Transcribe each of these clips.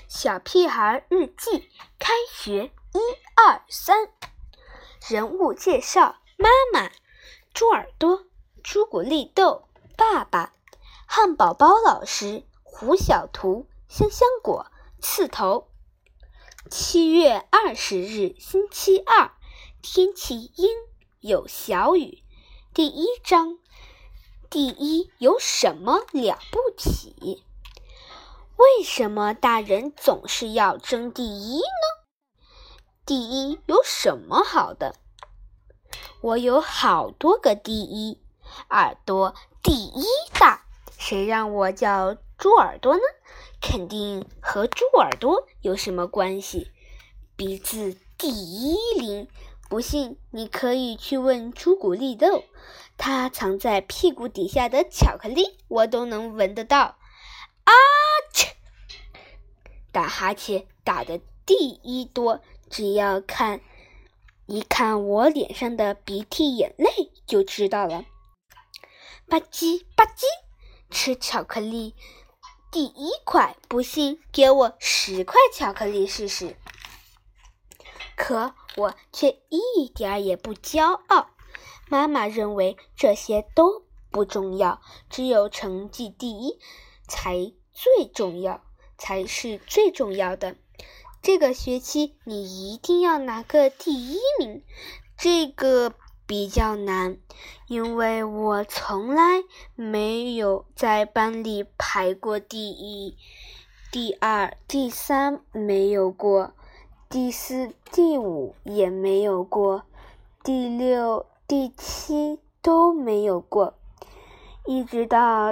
小屁孩日记开学1、2、3。人物介绍：妈妈猪耳朵、朱古力豆；爸爸汉堡包老师、胡小图、香香果、刺头。7月20日星期二，天气阴，有小雨。第一章，第一有什么了不起？为什么大人总是要争第一呢？第一有什么好的？我有好多个第一。耳朵第一大，谁让我叫猪耳朵呢？肯定和猪耳朵有什么关系。鼻子第一灵，不信你可以去问朱古力豆，它藏在屁股底下的巧克力我都能闻得到。啊切！打哈欠打得第一多，只要一看我脸上的鼻涕眼泪就知道了。吧唧吧唧，吃巧克力第一块，不信给我10块巧克力试试。可我却一点也不骄傲。妈妈认为这些都不重要，只有成绩第一才是最重要的。这个学期你一定要拿个第一名。这个比较难，因为我从来没有在班里排过第一、第2、第3没有过，第4、第5也没有过，第6、第7都没有过，一直到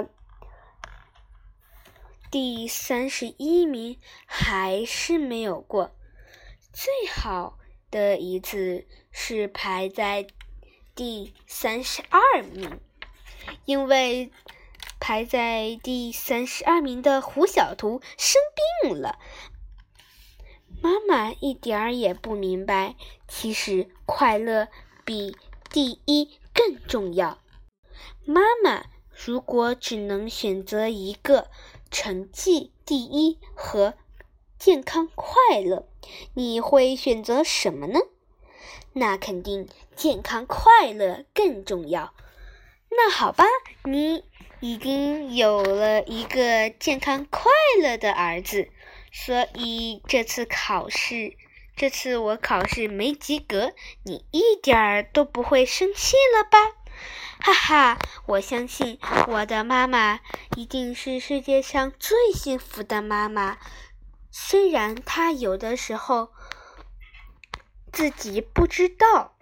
第31名还是没有过。最好的一次是排在第32名，因为排在第32名的胡小图生病了。妈妈一点儿也不明白，其实快乐比第一更重要。妈妈，如果只能选择一个，成绩第一和健康快乐，你会选择什么呢？那肯定健康快乐更重要。那好吧，你已经有了一个健康快乐的儿子，所以这次我考试没及格，你一点儿都不会生气了吧？哈哈，我相信我的妈妈一定是世界上最幸福的妈妈，虽然她有的时候自己不知道。